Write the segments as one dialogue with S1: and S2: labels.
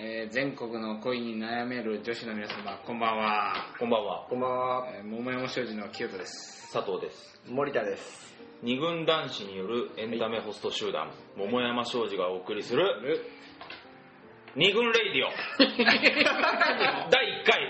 S1: 全国の恋に悩める女子の皆様、こんばんは。
S2: こんばんは。
S3: こんばんは。
S1: 桃山商事の清田です。
S2: 佐藤です。
S3: 森田です。
S2: 二軍男子によるエンタメホスト集団、桃山商事がお送りする二軍レイディオ第1回。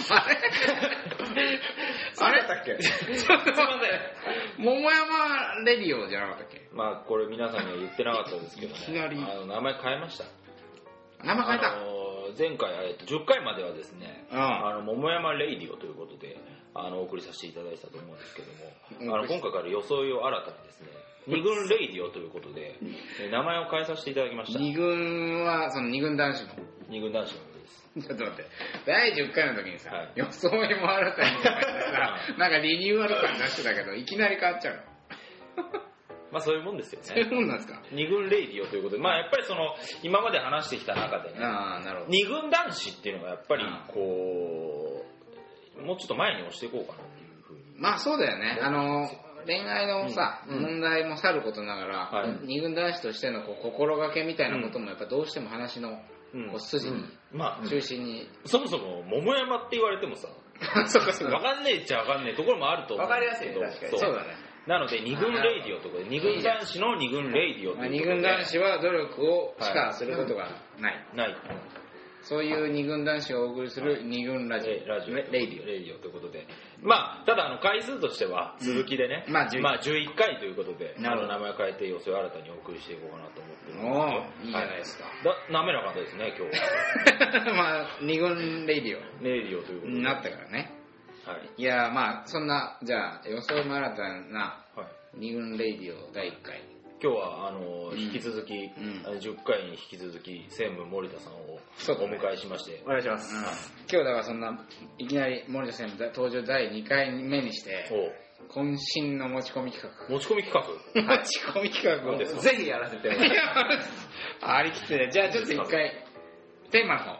S3: あれだったっけ？
S1: すいません。桃山レディオじゃなかったっけ？
S2: まあこれ皆さんには言ってなかったですけどね。
S1: いきなり
S2: 名前変えました。
S1: 名前変えた。
S2: 前回10回まではですね、
S1: うん、
S2: 桃山レイディオということでお送りさせていただいたと思うんですけども、今回から装いを新たにですね、二軍レイディオということで名前を変えさせていただきました。
S1: 二軍はその二軍男子の。
S2: 二軍男子のことです。
S1: ちょっと待って、第10回の時にさ、
S2: はい、
S1: 装いも新たにとか言ってさ、なんかリニューアル感出してたけど、いきなり変わっちゃうの。
S2: まあそういうもんですよね。
S1: そういうもんなんですか。
S2: 二軍レイディオということで、まあやっぱりその今まで話してきた中でね、
S1: なるほど。
S2: 二軍男子っていうのがやっぱりこうもうちょっと前に押していこうかなっていうふうに。
S1: まあそうだよね。恋愛のさ、問題もさることながら、二軍男子としての心がけみたいなこともやっぱどうしても話の筋に、中心に、
S2: そもそも桃山って言われてもさ、
S1: そうかそうか、
S2: 分かんねえっちゃ分かんねえところもあると思う。
S3: 分かりやすいね、確かに。
S1: そうだね。
S2: なので二軍レイディオとかで二軍男子の二軍レイディオということで、
S1: 二軍男子は努力をしかすることがない。
S2: ない。
S1: そういう二軍男子がお送りする二軍ラジオ、レイディオ
S2: ということで、まあただ回数としては続きでね、まあ11回ということで、名前を変えて予想を新たにお送りしていこうかなと思ってるんです
S1: いいじゃないですか。
S2: 滑らかですね今日は。
S1: まあ二軍レイディオ
S2: ということに
S1: なったからね。
S2: はい。
S1: いやまあそんなじゃあ予想も新たな二軍レイディオ第1回。
S2: 今日は引き続き、10回に引き続き専務森田さんをお迎えしまして、
S3: お願いします。
S1: 今日だからそんないきなり森田専務登場第2回目にして渾身の持ち込み企画。
S2: 持ち込み企画
S1: 持ち込み企画を
S3: ぜひやらせて
S1: ありきってね。じゃあちょっと1回テーマの方。
S3: はい。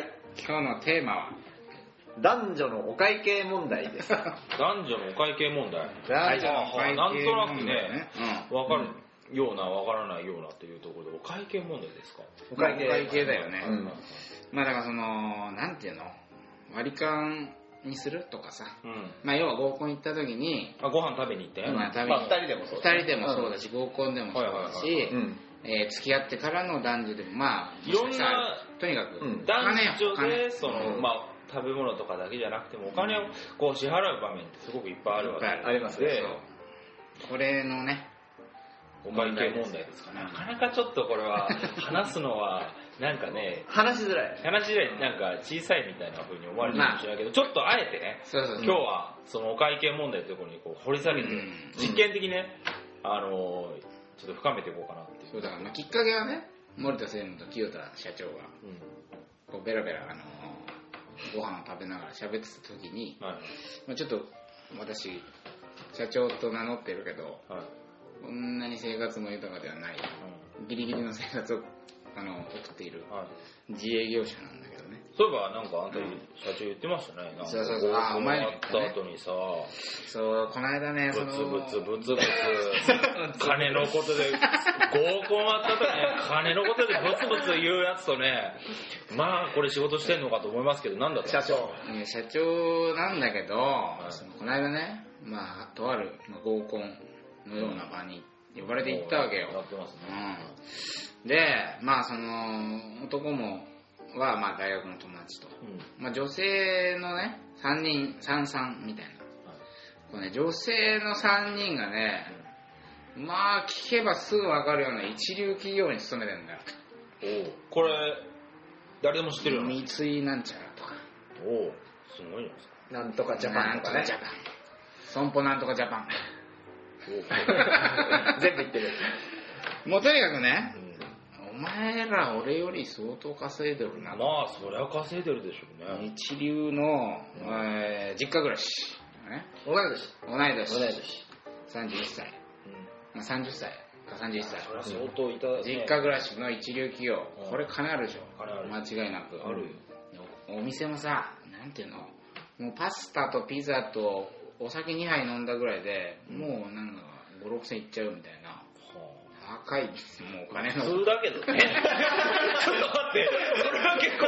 S1: 今日のテーマは
S3: 男女のお会計問題です。
S2: 男女のお会計問題。
S1: 男女のお会計問題、
S2: なんとなくね、分かるような分からないようなというところでお会計問題ですか。
S1: お会計だよね。まあだからそのなんていうの、割り勘にするとかさ、まあ要は合コン行った時に
S2: ご飯食べに行って、
S3: 2人でもそう
S1: だし、合コンでもそうだし、付き合ってからの男女でもまあ
S2: いろんな、
S1: とにかく
S2: 男女でそのまあ食べ物とかだけじゃなくてもお金をこう支払う場面ってすごくいっぱいあるわけ
S3: ありますね。
S1: これのね
S2: お会計問題ですかね。なかなかちょっとこれは話すのはなんかね
S3: 話しづらい
S2: なんか小さいみたいな風に思われるかもしれないけど、ちょっとあえてね今日はそのお会計問題というところにこう掘り下げて実験的にねちょっと深めていこうかなっていう。
S1: そうだからきっかけはね、森田専務と清田社長がこうベラベラご飯を食べながら喋ってた時に、まあちょっと私社長と名乗ってるけど、こんなに生活も豊かではない、ギリギリの生活を送っている自営業者なんだけどね。
S2: そういえばなんかあんた社長言ってましたね。
S1: そう
S2: お前に会った後にさ、
S1: そうこの間ね、
S2: ブツブツ金のことで合コンあった後に金のことでブツブツ言うやつとね、まあこれ仕事してんのかと思いますけど、なんだった
S1: 社長なんだけど、この間ね、まあとある合コンのような場に呼ばれて行ったわけよ。
S2: やってますね。
S1: で、まあその男もはまあ大学の友達と、まあ女性のね3みたいな、これね、女性の3人がね、まあ聞けばすぐ分かるような一流企業に勤めてるんだよ。
S2: これ誰でも知ってるよね。
S1: 三井なんちゃらとか。
S2: すごいじゃないですか。
S3: なんとかジャパンとかね。
S1: 損保なんとかジャパン。
S3: 全部言ってる。
S1: もうとにかくね、お前ら俺より相当稼いでるな。
S2: まあそりゃ稼いでるでしょうね。
S1: 一流の、実家暮らし、ね、
S3: 同い年
S1: 31歳、まあ、30歳か31歳、
S2: そりゃ相当いた、ね、
S1: 実家暮らしの一流企業、これ金あるでしょ。間違いなく
S2: あるよ。
S1: お店もさ、なんていうの、もうパスタとピザとお酒2杯飲んだぐらいでもうなんか5、6千いっちゃうみたいな。高いです。もうお金の
S2: 普通だけどね。ちょっと待って、それは結構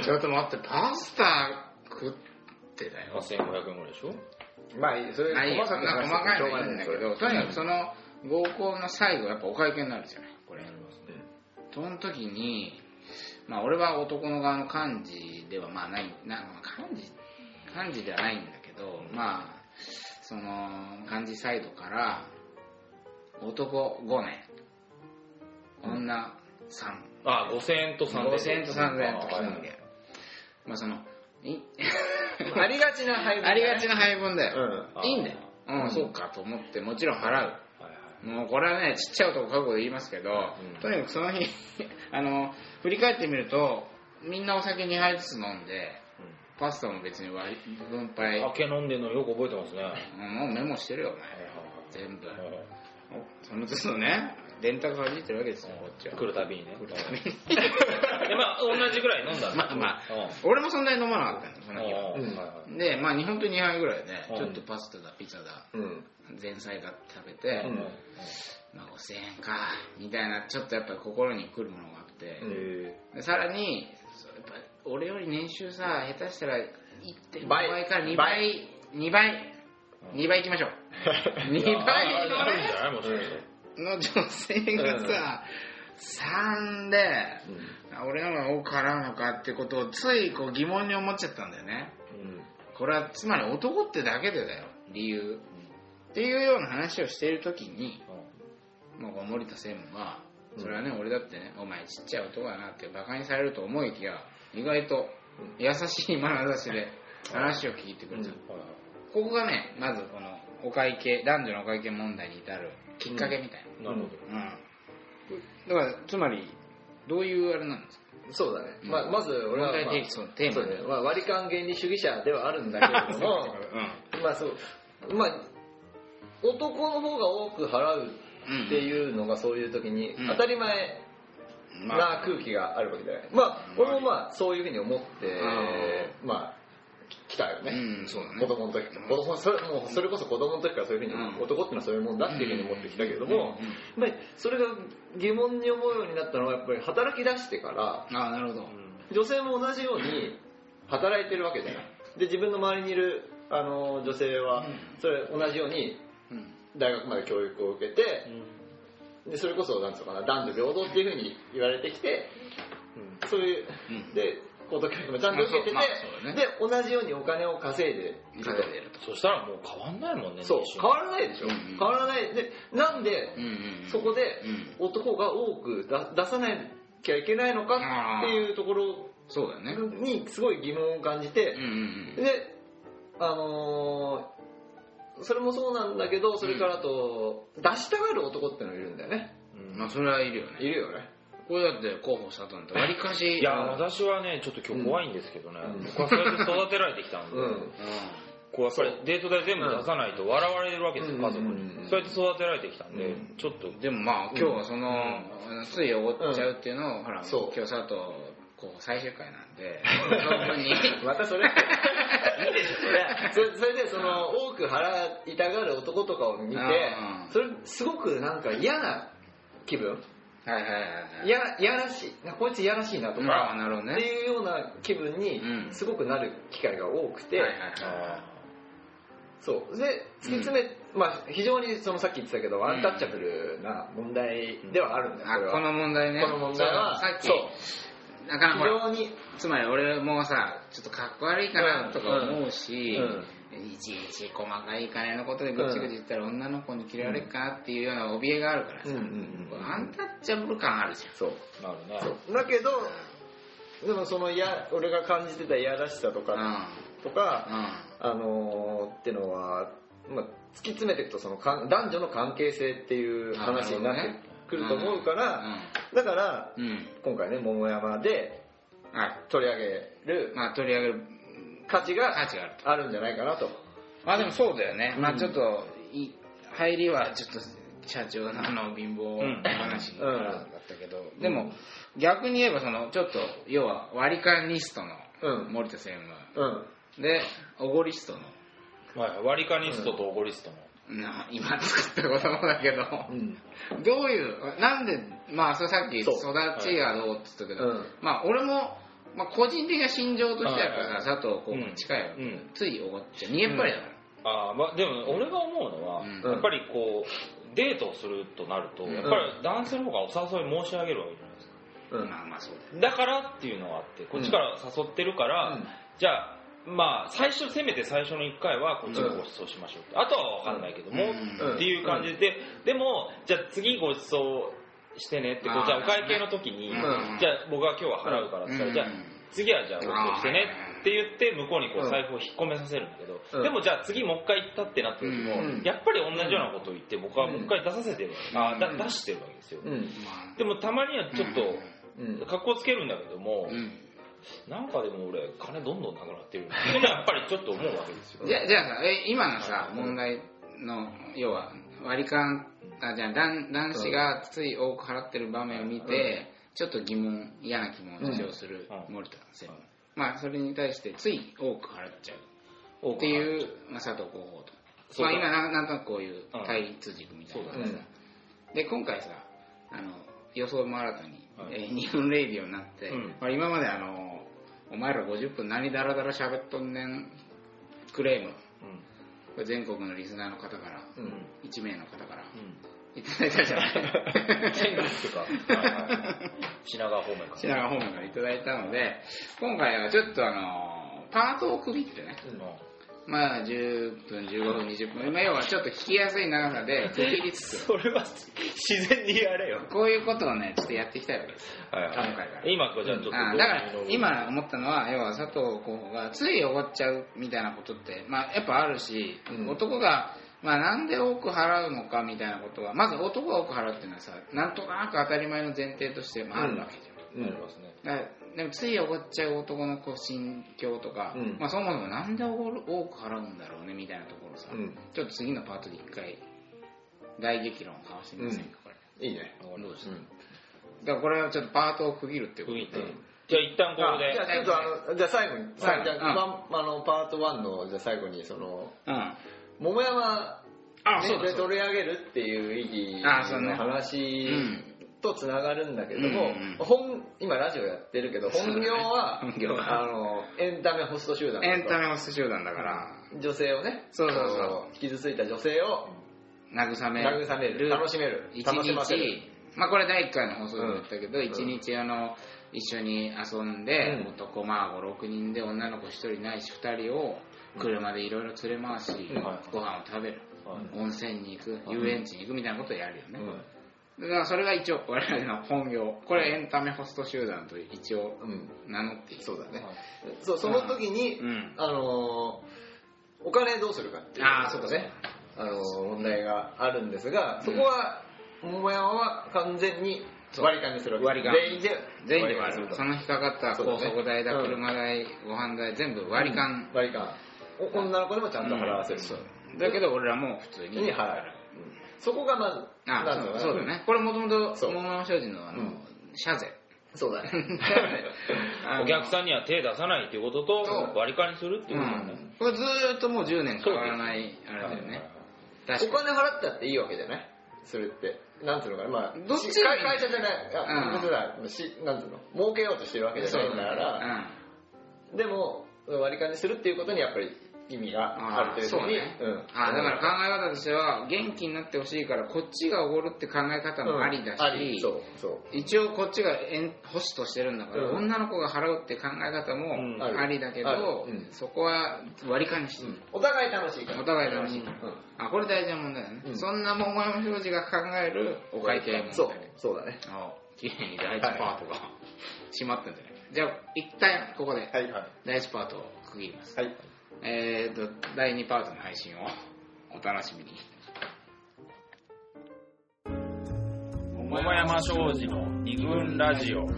S1: ちょっと待って、パスタ食ってだよ。
S2: 1500円ぐらいでしょ。
S3: まあそれ細か
S1: いのはいいんだけど、とにかくその合コンの最後やっぱお会計になるじゃないこれ。その時にまあ俺は男の側の幹事ではまあない幹事ではないんだけど、まあその幹事サイドから男5年女3、
S2: あ、5000円と3000円、
S1: 5000円と3000円と来たわけ。まあその
S3: ありがちな配分、
S1: ありがちな配分だよ。いいんだよ。そうかと思ってもちろん払う。もうこれはねちっちゃい男覚悟で言いますけど、とにかくその日振り返ってみるとみんなお酒2杯ずつ飲んで、パスタも別に分配。
S2: 酒飲んでるのよく覚えてますね。
S1: もうメモしてるよね。全部。その都度ね。電卓弾いてるわけですよ、こっちは。
S2: 来るたびにね。で、まあ、同じぐらい飲んだんだ。
S1: まあ、俺もそんなに飲まなかったの、その日は。で、まあ、本当に2杯ぐらいで、ちょっとパスタだ、ピザだ、前菜だって食べて、まあ、5000円か、みたいな、ちょっとやっぱり心に来るものがあって、でさらに、やっぱ俺より年収さ、下手したら 1.5 倍から2倍いきましょう。2倍の女性がさ、3で、俺の方が多く払うのかってことをついこう疑問に思っちゃったんだよね。これはつまり男ってだけでだよ、理由。っていうような話をしているときに、もう森田専務が、それはね、俺だってね、お前ちっちゃい男だなってバカにされると思いきや、意外と優しい眼差しで話を聞いてくれた。ここがね、まずこのお会計、男女のお会計問題に至るきっかけみたいな。
S2: なるほど。
S1: だからつまりどういうあれなんですか。
S3: そうだね。まず俺は、
S1: 問題提起のテーマで、
S3: 割り勘原理主義者ではあるんだけれども、男の方が多く払うっていうのがそういう時に当たり前な空気があるわけで、俺もそういうふうに思って来たよね。
S1: そうだね。
S3: 子供の時それこそ子供の時からそういうふうに、男ってのはそういうもんだっていうふうに思ってきたけれども、それが疑問に思うようになったのはやっぱり働き出してから。
S1: なるほど。
S3: 女性も同じように働いてるわけじゃない。で自分の周りにいる女性はそれ同じように大学まで教育を受けて、でそれこそなんつうのかな、男女平等っていうふうに言われてきて、そういうで高等教育もちゃんと受けてて、で同じようにお金を稼いでいると。
S2: そしたらもう変わんないもんね。
S3: そう、変わらないでしょ。変わらないで、なんでそこで男が多く出さなきゃいけないのかっていうところにすごい疑問を感じて、でそれもそうなんだけど、それからと出したがる男ってのがいるんだよね。
S1: それはいるよね。
S3: いるよね。
S1: これだって候補したとんだ割りかし。
S2: いや、私はねちょっと今日怖いんですけどね、僕はそうやって育てられてきたんで、こうやっぱりデート代全部出さないと笑われるわけですよ、家族に。そうやって育てられてきたんで、ちょっと。
S1: でも今日はそのついおごっちゃうっていうのを、ほら今日佐藤最終回なんで、
S3: またそれいいでしょ。それでその多く払いたがる男とかを見て、それすごくなんか嫌な気分、いやらしい、こいついやらしいなとかっていうような気分にすごくなる機会が多くて、そうで突き詰め、非常にそのさっき言ってたけどアンタッチャブルな問題ではあるんだよ。
S1: この問題ね。
S3: この問題は
S1: さっきだから非常につまり俺もさちょっとかっこ悪いかなとか思うし、いちいち細かい金のことでぐちぐち言ったら女の子に嫌われるかなっていうような怯えがあるからさ、アンタッチャブル感あるじゃん。
S3: そうだけど、でもその俺が感じてたいやらしさとかってのは、突き詰めていくとその男女の関係性っていう話になってくると思うから、だから今回ね桃山で取り上げる価値があるんじゃないかなと。
S1: でもそうだよね。ちょっと入りはちょっと社長の貧乏話からだったけど、でも逆に言えばそのちょっと要は割り勘リストの森田専務でおごリストの
S2: 割り勘リストとおごリストの
S1: 今作った言葉だけど、どういうなんでそれさっき育ちがどうって言ったけど、俺もまあ、個人的な心情としてはさ、佐藤候補に近いわけ、ついおごっちゃう、見えっぱりだから。
S2: まあ、でも俺が思うのは、やっぱりこうデートをするとなると、やっぱり男性の方がお誘い申し上げるわけじゃないですか。
S1: まあまあそう
S2: だからっていうのがあって、こっちから誘ってるから、じゃあまあせめて最初の1回はこっちがご馳走しましょうって、あとは分かんないけども、っていう感じで、でもじゃあ次ご馳走してねって、じゃあお会計の時に、じゃあ僕は今日は払うからって言ったら、じゃあ次はじゃあご馳走してねって言って向こうにこう財布を引っ込めさせるんだけど、でもじゃあ次もう一回行ったってなった時も、やっぱり同じようなことを言って僕はもう一回出させてる出してるわけですよ。でもたまにはちょっと格好つけるんだけども、なんかでも俺金どんどんなくなってるってやっぱりちょっと思うわけですよ。
S1: じゃあさ、今のさ問題の要は割り勘、じゃあ男子がつい多く払ってる場面を見て、ちょっと嫌な気持ちをする森田専務、まあそれに対してつい多く払っちゃうっていう、まあ、佐藤候補と、まあ今なんとなくこういう対立軸みたいなのがさ、で今回さ予想も新たに、2分レイディオになって、まあ、今までお前ら50分何ダラダラ喋っとんねんクレーム、これ全国のリスナーの方から、1名の方から、いただいたじゃない
S2: 全国とか品川方面
S1: からいただいたので、今回はちょっとパートを区切ってね、まあ10分15分20分、要はちょっと聞きやすい長さで区切りつつ
S2: それは自然にやれよ。
S1: こういうことをねちょっとやっていきたいわけです、今回から。
S2: 今じゃあちょっとだ
S1: から今思ったのは、要は佐藤候補がついおごっちゃうみたいなことって、まあ、やっぱあるし、男がまあ、なんで多く払うのかみたいなことは、まず男が多く払うっていうのはさ、なんとなく当たり前の前提としてあるわけじゃん。
S2: ありますね。
S1: でもついおごっちゃう男の心境とか、まあ、そもそもなんで多く払うんだろうねみたいなところさ、ちょっと次のパートで一回大激論を交わしてみませんか、これ。
S3: いいね。
S1: どうですか。だからこれはちょっとパートを区切るっていうことで。
S2: じゃあ一旦ここで。
S3: じゃあ最後に、パート1のじゃあ最後に桃山で取り上げるっていう意義の話とつながるんだけども、今ラジオやってるけど本業はエンタメホスト集団
S1: だから
S3: 女性をね、傷ついた女性を慰める、楽しめる、楽しませる。
S1: まあこれ第1回の放送でも言ったけど、1日一緒に遊んで、男まあ5、6人で女の子1人ないし2人を車でいろいろ連れ回し、ご飯を食べる、温泉に行く、遊園地に行くみたいなことをやるよね。だからそれが一応我々の本業、これエンタメホスト集団と一応名乗っている。
S3: そうだね。その時にお金どうするかっていう問題があるんですが、そこは桃山は完全に割り勘にするわけ。
S1: 全員で割る。その日かかった高速代だ、車代、ご飯代全部割り勘。
S3: 女の子でもちゃんと払わせる。
S1: だけど俺らも普通に
S3: 払う。そこがまず、
S1: そうだね。これもともと桃山商事の社税。
S3: そうだね。
S2: お客さんには手出さないっていうことと割り勘にするっていうことだね。
S1: これずーっともう10年変わらないあれだよね。
S3: お金払ったっていいわけじゃないそれって。なんていうのかな、まあ、
S1: どっち
S3: 会社じゃない、なんていうの、儲けようとしてるわけじゃないんだから、でも、割り勘にするっていうことにやっぱり意味があるというふうに。
S1: だから考え方としては、元気になってほしいから、こっちがおごるって考え方もありだし、一応こっちがホストしてるんだから、女の子が払うって考え方もありだけど、そこは割り勘にしてる。
S3: お互い楽しいから。
S1: お互い楽しいから。これ大事な問題だね。そんな桃山商事が考えるお会計問題。
S3: そうだね。
S1: きれいに第1パートが閉まってんじゃないか。じゃあ、一旦ここで第1パートを区切ります。第2パートの配信をお楽しみに。
S2: 桃山商事の2分ラジオ。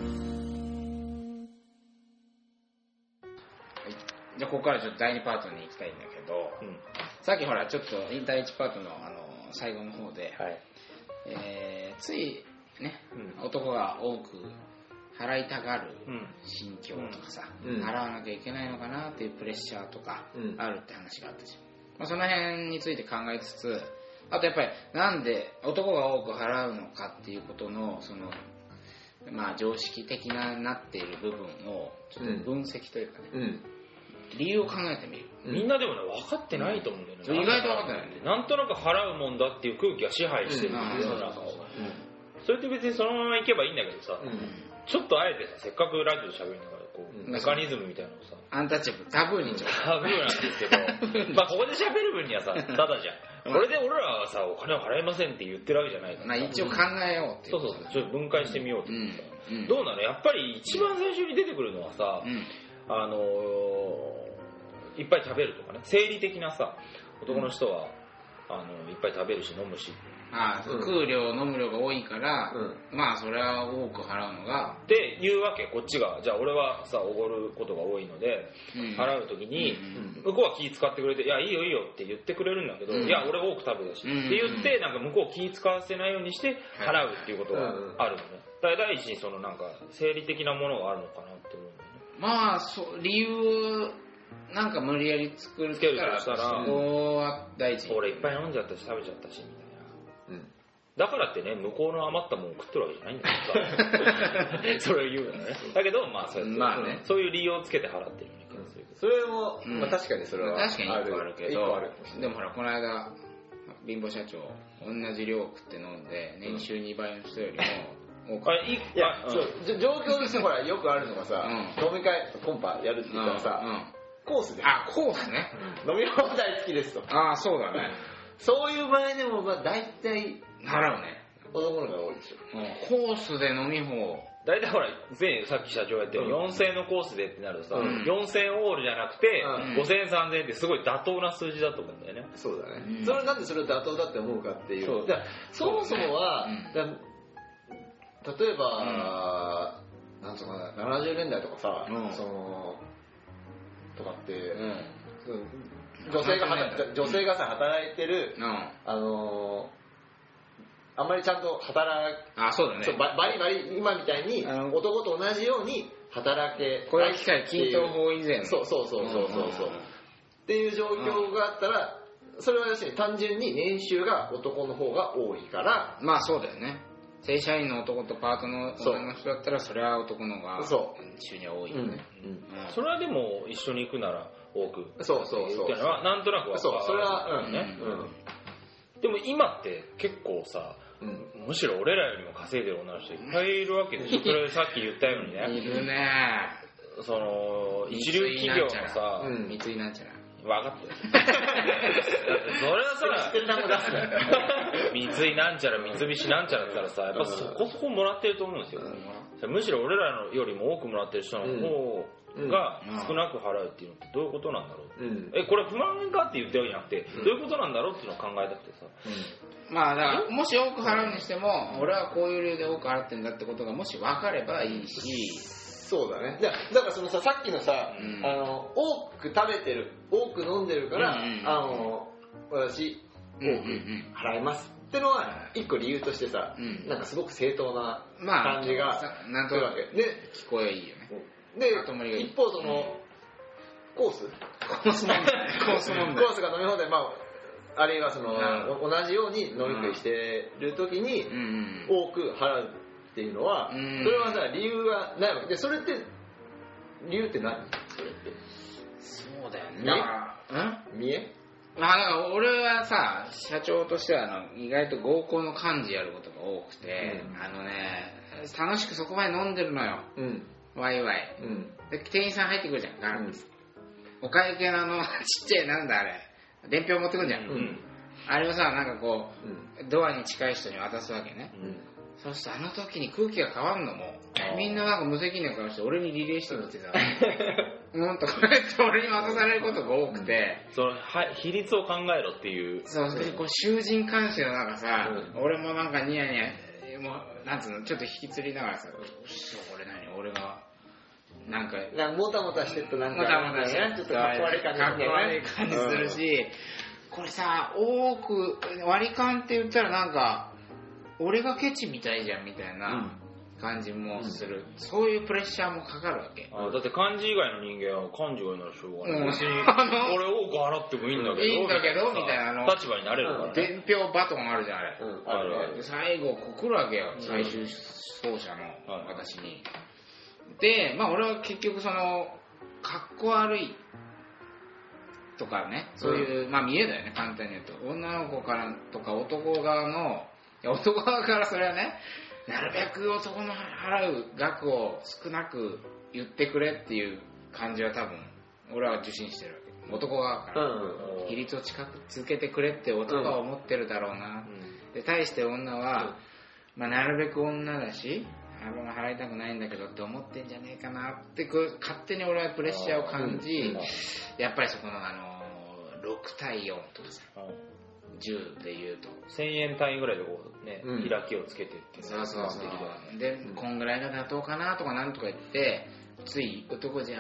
S1: じゃあここからちょっと第2パートに行きたいんだけど、さっきほらちょっと第1パートの最後の方で、ついね、男が多く払いたがる心境とかさ、払わなきゃいけないのかなっていうプレッシャーとかあるって話があったじゃん。その辺について考えつつ、あとやっぱりなんで男が多く払うのかっていうことのそのまあ常識的ななっている部分をちょっと分析というかね、理由を考えてみる。
S2: みんなでもね分かってないと思うんだよね。
S1: 意外と分かってないね。
S2: なんとなく払うもんだっていう空気が支配してるんだよ。それって別にそのままいけばいいんだけどさ、ちょっとあえてさ、せっかくラジオで喋りながらこうメカニズムみたいなのをさ、
S1: アンタッチャブル、タブーにちょっと
S2: タブーなんですけど、まあここで喋る分にはさ、ただじゃん。これで俺らはさ、お金を払いませんって言ってるわけじゃないから。
S1: まあ一応考えようっていう。
S2: そうちょっと分解してみようっていうさ、どうなの？やっぱり一番最初に出てくるのはさ、いっぱい食べるとかね、生理的なさ、男の人は、いっぱい食べるし飲むし、
S1: 食う量飲む量が多いから、まあそれは多く払うのが
S2: っていうわけ。こっちがじゃあ俺はさおごることが多いので、払う時に、向こうは気使ってくれて、いやいいよいいよって言ってくれるんだけど、いや俺多く食べたし、って言ってなんか向こう気使わせないようにして払うっていうことがあるのね。第一にそのなんか生理的なものがあるのかなって思うんだよね。
S1: まあ理由なんか無理やり作るとしたら、そこは大事。
S2: 俺いっぱい飲んじゃったし食べちゃったしみたいな。だからってね、向こうの余ったもん食ってるわけじゃないんだけどさそれを言うのね。だけどまあそうやって、
S1: まあね、
S2: そういう理由をつけて払ってるような気がするけど、
S3: それも、まあ、確かにそれは
S1: 確かに1個あるけど、でもほらこの間貧乏社長同じ量食って飲んで年収2倍の人よりも
S3: いや、そう状況としてほらよくあるのがさ、飲み会コンパやるって言ったらさ、コースで、
S1: コースね、
S3: 飲み放題好きですと、
S1: そうだね、
S3: そういう場合でもまあ大体
S1: 払うね、
S3: 男の子が多いでしょ。
S1: コースで飲み放
S2: 大体ほらさっき社長が言ったように4000円のコースでってなるとさ、4000円オールじゃなくて5000円3000円ってすごい妥当な数字だと思うんだよね。
S3: そうだね、それなんでそれを妥当だって思うかっていう、そもそもは、例えば、なんとか70年代とかさ、そのとかって、女性がさ働いてる、あんまりちゃんと働
S1: そうだね、
S3: バリバリ今みたいに男と同じように働け
S1: こういう機会均等法以前
S3: そうっていう状況があったら、それは要するに単純に年収が男の方が多いから、
S1: まあそうだよね、正社員の男とパートの女の人だったらそれは男の方が収入は多いよね、
S2: それはでも一緒に行くなら多く
S3: そう
S2: っていうのはなんとなくは
S3: それは
S2: でも今って結構さ、むしろ俺らよりも稼いでる女の人いっぱいいるわけでしょ。それさっき言ったようにね、
S1: いるね、
S2: その一流企業のさ、
S1: 三井なんちゃら
S2: 分かってるそれはさ三井なんちゃら三菱なんちゃらって言ったらさ、やっぱそこそこもらってると思うんですよ、むしろ俺らよりも多くもらってる人の方が少なく払うっていうのってどういうことなんだろう、これ不満かって言ってるわけじゃなくて、どういうことなんだろうっていうのを考えたくてさ、
S1: まあだからもし多く払うにしても俺はこういう理由で多く払ってるんだってことがもし分かればいいし、
S3: そうだね。だからそのさっきのさ、多く食べてる、多く飲んでるから、私多く払いますってのは一個理由としてさ、なんかすごく正当な感じが
S1: なんとなく聞こえいいよね。
S3: で一方そのコースが飲み放題、あるいはその同じように飲み食いしてる時に多く払うっていうのは、それはさ理由がないわけで、それって理由って何？それって
S1: そうだよね。
S3: 見え？
S1: だから俺はさ、社長としては意外と合コンの幹事やることが多くて、楽しくそこまで飲んでるのよ、ワイワイ、で店員さん入ってくるじゃん、お会計のちっちゃいなんだあれ伝票持ってくるじゃん、あれをさなんかこう、ドアに近い人に渡すわけね、そうするとあの時に空気が変わるのも、みんななんか無責任な顔して俺にリレーしてきてさとこうやって俺に渡されることが多くて、
S2: その比率を考えろっていう、
S1: そうこう囚人監視の中さ、俺もなんかニヤニヤもうなんつうのちょっと引きつりながらさ、俺がなんか
S3: もたもたしてるとなんか
S1: ちょっとかっこ悪い感じするし、これさ多く割り勘って言ったらなんか俺がケチみたいじゃんみたいな感じもする、そういうプレッシャーもかかるわけ。
S2: だって幹事以外の人間は幹事がいならしょうがない、別に俺多く払ってもいいんだけど、
S1: いいんだけどみたいな
S2: 立場になれるから、ね、
S1: 伝票バトンあるじゃんあれ、ある最後来るわけよ、最終走者の私に。でまあ俺は結局そのかっこ悪いとかね、そういう、まあ見えだよね、簡単に言うと。女の子からとか男側の、男側からそれはね、なるべく男の払う額を少なく言ってくれっていう感じは多分、俺は受信してるわけ。男側から。比率を近く続けてくれって男は思ってるだろうな。で、対して女は、まあなるべく女だし、払いたくないんだけどって思ってんじゃねえかなって勝手に俺はプレッシャーを感じ、やっぱりそこの6対4とかさ、10で言うと
S2: 1000円単位ぐらいでこうね、開きをつけてっていう
S1: のがそうで、こんぐらいが妥当かなとかなんとか言って、つい男じゃ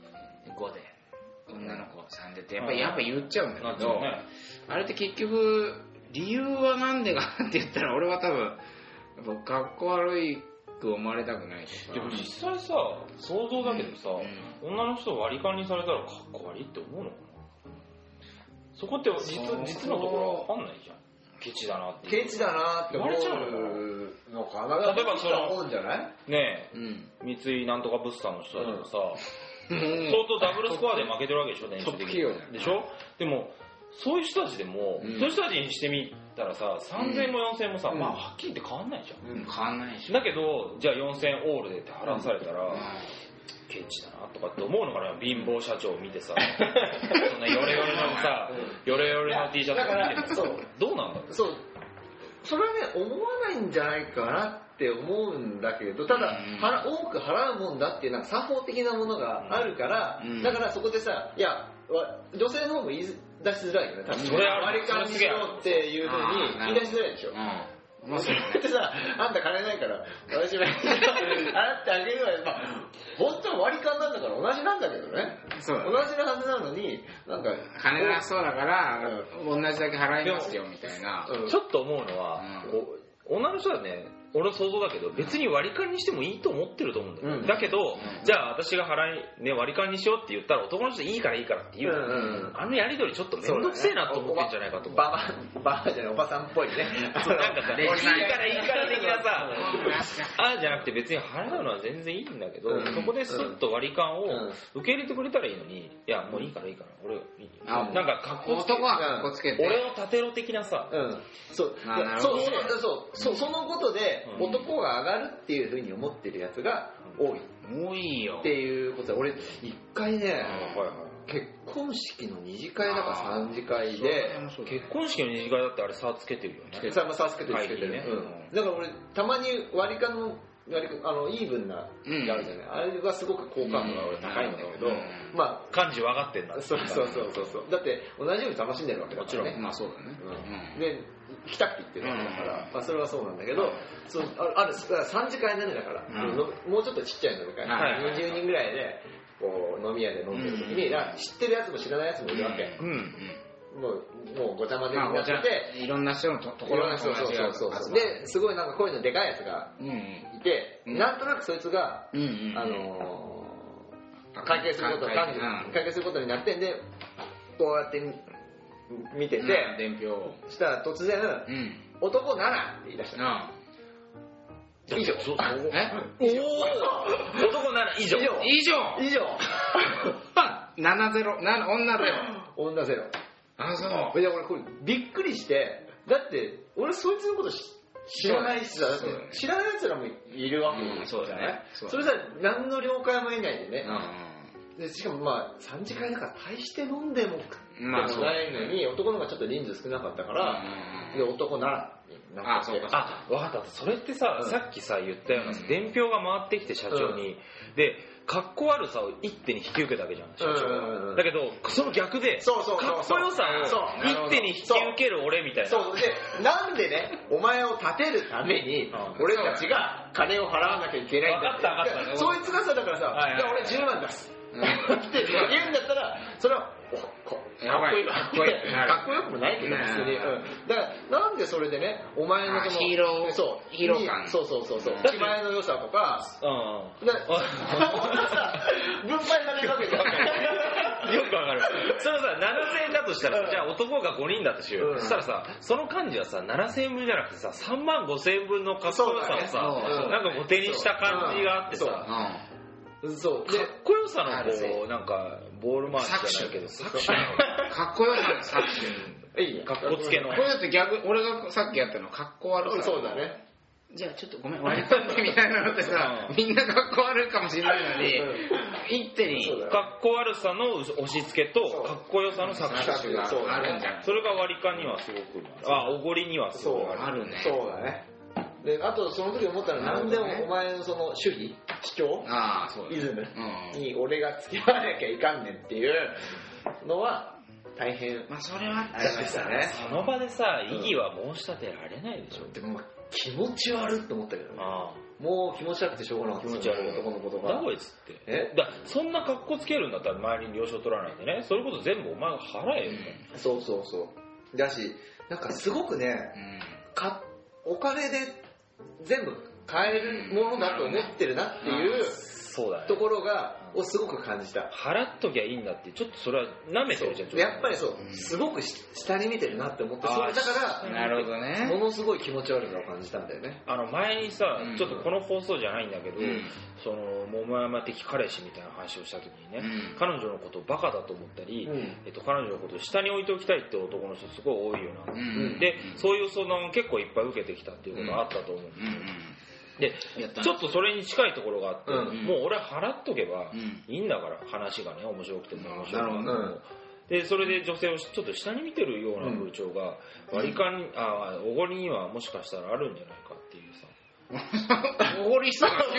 S1: 5で女の子3でってやっぱ言っちゃうんだけど、あれって結局理由はなんでかって言ったら、俺は多分かっこ悪いく思われたくないし。
S2: でも実際さ、想像だけどさ、女の人を割り勘にされたらかっこ悪いって思うのかな。そこって実のところわかんないじゃん。ケチだなって
S3: ケチだなって思うのかな。
S2: 例えばその
S3: 思うんじゃない
S2: ねえ、三井なんとか物産の人たちもさ、相当ダブルスコアで負けてるわけでしょ、年収的にでしょ。でもそういう人たちでも、そういう人たちにしてみたらさ、3000円も4000円もさ、まあはっきり言って変わんないじゃん。
S1: 変わんないし。
S2: だけどじゃあ4000円オールでって払わされたら、ケチだなとかって思うのかな。貧乏社長を見てさ、そんなヨレヨレのさ、ヨレヨレの T シャツを見てさ、どうなんだろう。
S3: そう、それはね思わないんじゃないかなって思うんだけど、ただ、多く払うもんだっていうなんか作法的なものがあるから、だからそこでさ、いや女性の方も言い出しづらいよね。
S2: それは
S3: 割り勘にしろっていう風に言い出しづらいでしょ。
S1: まあ、
S3: それってさ、あんた金ないから私は払ってあげるわよ。まあ本当は割り勘なんだから同じなんだけどね。
S1: そうだね、
S3: 同じなはずなのに、なんか
S1: 金なそうだから、同じだけ払いますよみたいな。
S2: ちょっと思うのは、女の人はね、俺の想像だけど別に割り勘にしてもいいと思ってると思うんだよ、だけど、じゃあ私が割り勘にしようって言ったら男の人いいからいいからって言う、あのやり取りちょっと面倒くせえなと思ってんじゃないかと思う。
S3: ババじゃない、おばさんっぽいね。
S2: なんかさ、いいからいいから的なさ、あじゃなくて別に払うのは全然いいんだけど、そこでスッと割り勘を受け入れてくれたらいいのに、いやもういいからいいから俺いい、なんか格好つけて、俺を立てろ的なさ、
S3: そのことで男が上がるっていう風に思ってるやつが多い
S1: よ
S3: っていうことで、俺一回ね、結婚式の二次会だか三次会で、
S2: 結婚式の二次会だってあれ差つけてるよね。
S3: 差つけてるね。だから俺たまに割り勘のイーブンながあるじゃない、あれがすごく好感度が俺高いんだけど、まあ
S2: 感じ分かってんだ。
S3: そうだって同じように楽しんでるわけだからね。
S1: まあそうだね。
S3: で来たって言ってるわけだから、まあそれはそうなんだけど、ある3次会なんだから、もうちょっとちっちゃい飲み会、20人ぐらいでこう飲み屋で飲んでる時に、知ってるやつも知らないやつもいるわけ。もうごちゃ混ぜになってて、
S1: いろんな人のところの人が
S3: ですごいなんかこういうのでかいやつがいて、なんとなくそいつが会計することになってんで、こうやって見てて、
S1: 伝票を
S3: したら突然男7って言い出した。以上。
S2: 男7以上。
S3: 女ゼロ。
S1: あ、そう。
S3: いや俺これびっくりして、だって俺そいつのこと知らないしさ、だって知らないやつらもいるわけじゃない。それさ何の了解も得ないでね。でしかもまあ3次会だから大して飲んでも食ってもないのに、男の方がちょっと人数少なかったから、で男7になって。
S2: 分かった。それってさ、さっきさ言ったような伝票が回ってきて社長に、でかっこ悪さを一手に引き受けたわけじゃん、社長は。だけどその逆でかっこよさを一手に引き受ける俺みたいな。
S3: そうで、なんでねお前を立てるために俺たちが金を払わなきゃいけないんだって。
S2: 分かった。
S3: そいつがさだからさ、いや俺10万出すって言うんだったら、それは
S1: やばいかっこいい
S3: かっこよくもないけど別に、だからなんでそれなんでそのお前のその
S1: ヒーロー感
S3: そう気前の良さとか分配されるわけじゃん
S2: よくわかる。それさ、7000円だとしたら、じゃあ男が5人だとしよう。そしたらさ、その幹事はさ、7000円分じゃなくてさ、3万5000円分のかっこよさをさ、なんか手にした感じがあってさ、
S3: そう
S2: かっこよさのこう、なんか、ボール回しじゃないけど、
S1: かっこよさの搾取。
S3: いいね。
S2: かっこつけの。
S1: これだって逆、俺がさっきやったのかっこ悪さ。
S3: そうだね。
S1: じゃあちょっとごめん割り勘でみたいなのってさ、みんなかっこ悪いかもしれないのに、一手に
S2: かっこ悪さの押し付けとかっこよさの搾取
S1: があるんじゃない。
S2: それが割り勘にはすごくおごりにはすごく
S1: あるね。
S3: そうだね。であとその時思ったのは、なんでお前のその主義主張イズムに俺が付き合わなきゃいかんねんっていうのは大変。
S1: まあそれは
S3: あれでしたね。
S2: その場でさ異議は申し立てられないでしょ。
S3: でも気持ち悪って思ったけどね。もう気持ち悪くてしょうがなかった。気持ち悪い男の言葉。
S2: だこいつって。そんな格好つけるんだったら周りに了承取らないでね。そういうこと全部お前が払えよ。
S3: そうだし、なんかすごくね、お金で全部買えるものだと思ってるなっていうところをすごく感じた。
S2: 払っときゃいいんだって、ちょっとそれは舐めてるじゃん。
S3: やっぱりすごく下に見てるなって思って、だから
S1: なるほどね、
S3: ものすごい気持ち悪さを感じたんだよね。
S2: 前にさ、ちょっとこの放送じゃないんだけど、その桃山的彼氏みたいな話をした時にね、彼女のことをバカだと思ったり、彼女のことを下に置いておきたいって男の人すごい多いよな、でそういう相談を結構いっぱい受けてきたっていうことがあったと思うんですよ、でちょっとそれに近いところがあって、もう俺は払っとけばいいんだから、話がね面白くても面白くても、でそれで女性をちょっと下に見てるような風潮が割り勘おごりにはもしかしたらあるんじゃないかっていうさ
S1: おごりしたら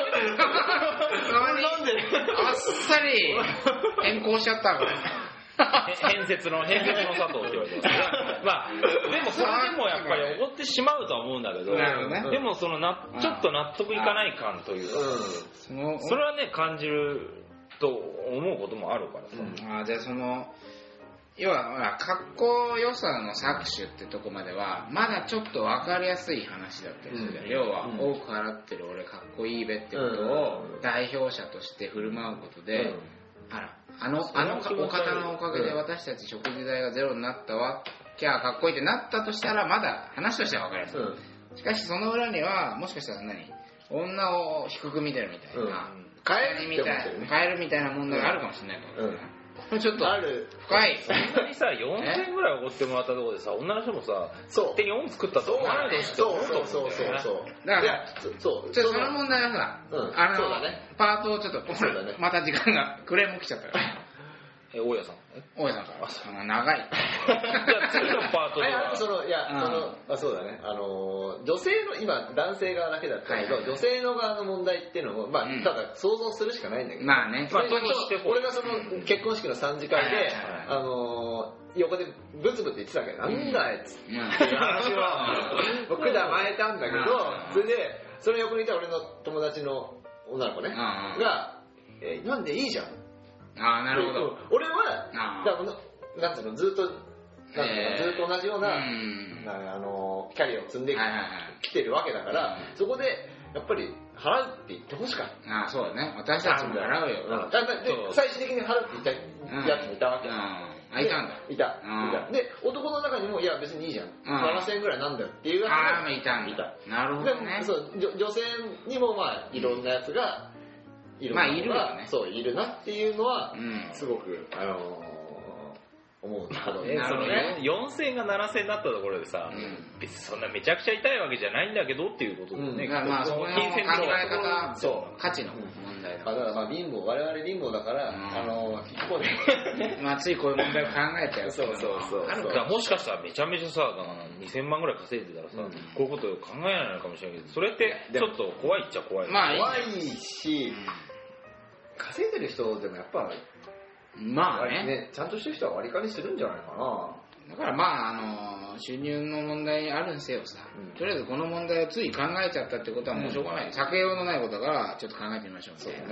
S1: あっさり変更しちゃったから
S2: 変説の佐藤って言われてますね。まあでもそれでもやっぱりおごってしまうとは思うんだけど、でもそのちょっと納得いかない感というか、それはね感じると思うこともあるからさ。
S1: じゃあその要はかっこよさの搾取ってとこまではまだちょっと分かりやすい話だったりするじゃん。要は多く払ってる俺かっこいいべってことを代表者として振る舞うことで、あのお方のおかげで私たち食事代がゼロになったわ、キャーかっこいいってなったとしたらまだ話としては分かりやすい、しかしその裏にはもしかしたら女を低く見てるみたいな、変えるみたいな問題があるかもしれないからね。これちょっと深い。
S2: そんなにさ4000円ぐらいおごってもらったところでさ、女の人もさ勝手に恩作ったと思わないでしょ。
S1: だからその問題はさ、パートをちょっとまた時間がクレーム来ちゃったから
S2: 大家さん
S1: から長い
S2: じゃあ次のパートでは
S3: そうだね、女性の今男性側だけだったけど、女性の側の問題っていうのもただ想像するしかないんだけど、俺がその結婚式の3次会で横でブツブツ言ってたわけど、なんだあいつっていう話を管巻いたんだけど、それでその横にいた俺の友達の女の子ねがなんでいいじゃん。
S1: なるほど。
S3: 俺はなんつうのずっと同じようなキャリアを積んできてるわけだから、そこでやっぱり払うって言ってほしかった。
S1: そうだね、私たちも払うよ。
S3: 最終的に払うって言ったやつもいたわけ。
S1: いたんだ。
S3: いた。で男の中にもいや別にいいじゃん、7000円ぐらいなんだよっていうやつも
S1: いた。なるほどね。
S3: 女性にもいろんなやつがいるなっていうのはすごく思うんだけどね。
S2: その4000円が7000円だったところでさ、別にそんなめちゃくちゃ痛いわけじゃないんだけどっていうことでね。
S1: そこの考え方、価値の問題だから。
S3: 我々貧乏だから聞こう
S1: ついこういう問題を考えちゃう。
S3: そう
S2: もしかしたらめちゃめちゃさ2000万ぐらい稼いでたらさ、こういうことを考えないのかもしれないけど、それってちょっと怖いっちゃ怖い。
S3: 怖いし、稼いでる人でもやっぱちゃんとしてる人は割り勘にするんじゃないかな。
S1: だから収入の問題あるにせよさ、とりあえずこの問題をつい考えちゃったってことはもうしょうがない、避けようのないことだからちょっと考えてみましょうね。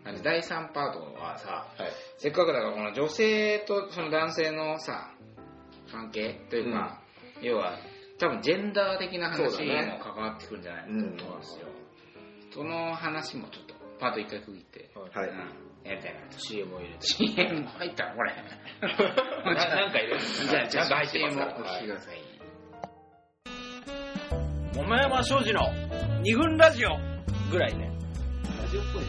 S1: 第3パートはさ、せっかくだからこの女性とその男性のさ関係というか、要は多分ジェンダー的な話にも関わってくるんじゃないかと思うんですよ。その話もちょっとパート1回区切って、やりたいなと。
S2: CM を入れて
S1: CM 入ったのこれ
S2: なんか入れる
S1: じゃあ
S2: なんか入ってます
S1: CM
S2: から
S1: をお聞きください。
S2: 桃山商事の2分ラジオぐらいね。
S3: ラジオっぽいね。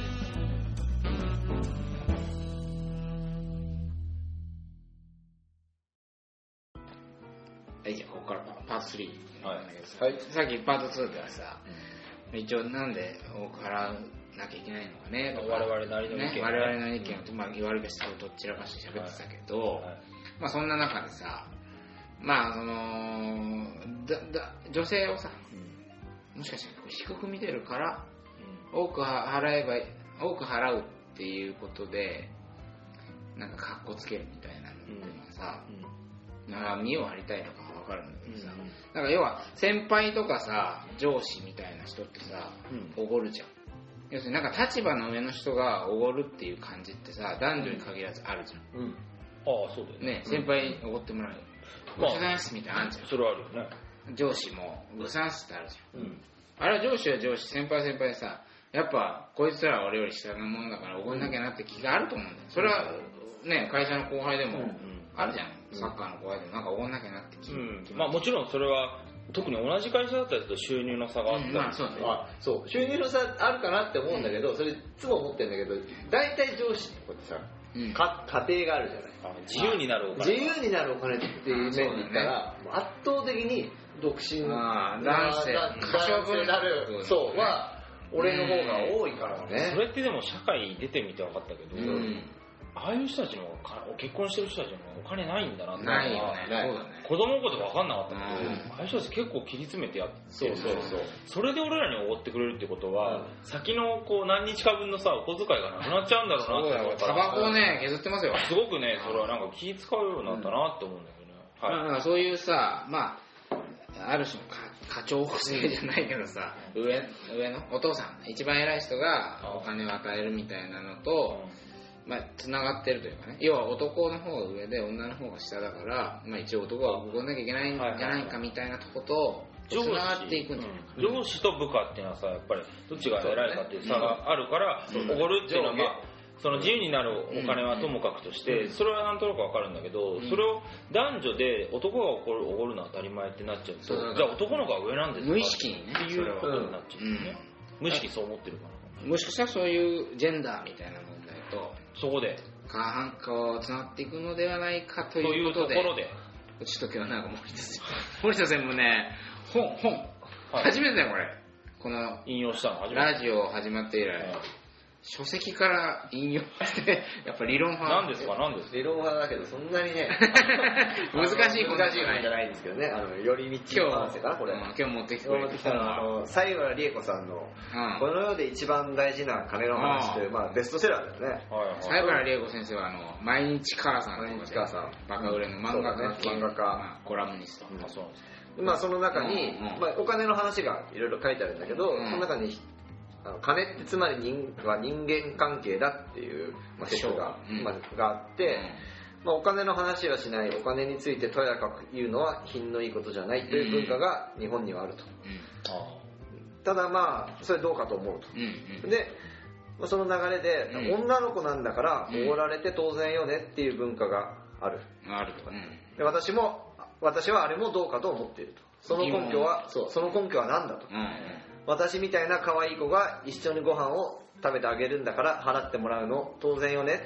S1: はい、じゃあここからパート3なんだけどさ、
S3: はい、
S1: さっきパート2ではさ、一応なんで多く払わなきゃいけないのかねとか、
S2: 我々なりの意見、
S1: ね、我々の意見を、まあ、言われる人とどちらかして喋ってたけど、まあそんな中でさ、まあその女性をさ、もしかしたら低く見てるから、多く払うっていうことでなんかカッコつけるみたいなのっていうのはさ、なんか見を張りたいとかわかるんだけどさ、なんか要は先輩とかさ上司みたいな人ってさおごるじゃん。要するになんか立場の上の人がおごるっていう感じってさ男女に限らずあるじゃん。
S2: ああそうだよ
S1: ね、先輩おごってもらうよ。ごちそうさまですみたいなのあるじゃん。
S2: それはあるよね。
S1: 上司もごちそうさまですってあるじゃん。あれは上司は上司、先輩は先輩でさ、やっぱこいつらは俺より下のものだからおごんなきゃなって気があると思うんだよ。それはね、会社の後輩でもあるじゃん。サッカーの後輩でもなんかおごんなきゃなって気が、
S2: まあもちろんそれは特に同じ会社だったりすると収入の差があったり、
S1: まあそうね。
S3: そう収入の差あるかなって思うんだけど、それいつも思ってるんだけど、大体上司ってこうやってさ、家庭があるじゃない。
S2: 自由になるお金、
S3: 自由になるお金っていう面で言ったら、圧倒的に独身
S1: 男性
S3: なる層は俺の方が多いからね。
S2: それってでも社会出てみて分かったけど、ああいう人たちの結婚してる人たちのお金ないんだなって。
S1: ないよね。そうだね。
S2: 子供のこと分かんなかったけど、ああいう人たち結構切り詰めてやってる。それで俺らにおごってくれるってことは、先のこう何日か分のさお小遣いがなくなっちゃうんだろうなって。
S1: タバコをね削ってますよ。
S2: すごくね、それはなんか気使うようになったなって思うんだけどね。
S1: そういうさ、まあある種の課長補正じゃないけどさ、上のお父さん一番偉い人がお金を与えるみたいなのと、まあつながってるというかね、要は男の方が上で女の方が下だから、まあ一応男は怒んなきゃいけないんじゃないかみたいなとことつながっていくんじゃないかな。
S2: 上司と部下っていうのはさ、やっぱりどっちが偉いかっていう差があるから、おごるっていうのはまあその自由になるお金はともかくとして、それはなんとなくわかるんだけど、それを男女で男がおごるのは当たり前ってなっちゃうと、じゃあ男の方が上なんですか
S1: 無意識にね
S2: っていうことになっちゃうんですね。無意識そう思ってるか
S1: な。もしかしたらそういうジェンダーみたいな問題と
S2: そこで
S1: つながっていくのではないかということで、
S2: というところで
S1: ちょっと今日なんか森田さんもね本初めてだよこれ。この
S2: 引用したの初めて。
S1: ラジオ始まって以来、書籍から引用してやっぱ理論派
S2: なんですか
S3: 理論派だけどそんなにね
S1: 難しい
S3: 本じゃないんですけどね。寄り道の話かなこれ。
S1: 今日持ってき
S3: たのは西原理恵子さんのこの世で一番大事な金の話というベストセラーだよね。
S1: 西原理恵子先生は毎日母さんとかでバカ売れの漫画家、コラムニスト。
S3: その中にお金の話がいろいろ書いてあるんだけど、その中に金ってつまり人間関係だっていう説があって、お金の話はしない、お金についてとやかく言うのは品のいいことじゃないという文化が日本にはあると。ただそれどうかと思うと。でその流れで、女の子なんだからおごられて当然よねっていう文化があると。で私はあれもどうかと思っていると。その根拠は何だと。私みたいな可愛い子が一緒にご飯を食べてあげるんだから払ってもらうの当然よね、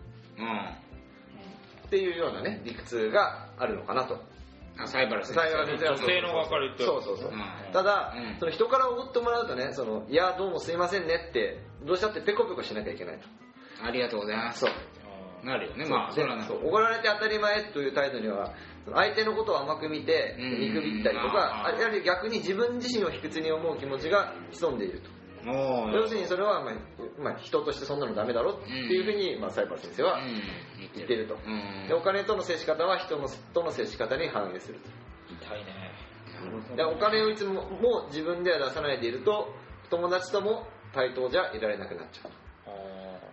S3: っていうようなね理屈があるのかなと。
S1: 西原先生
S2: 女性の分かるって。
S3: そうただ、その人からおごってもらうとね、いやどうもすいませんねってどうしたってペコペコしなきゃいけないと。
S1: ありがとうございます。なるよね。
S3: おごられて当たり前という態度には相手のことを甘く見て見くびったりとか、やはり逆に自分自身を卑屈に思う気持ちが潜んでいると。要するにそれは人としてそんなのダメだろっていうふうに西原先生は言ってると。でお金との接し方は人との接し方に反映すると。
S2: 痛いね。
S3: でお金をいつも自分では出さないでいると友達とも対等じゃいられなくなっちゃうと。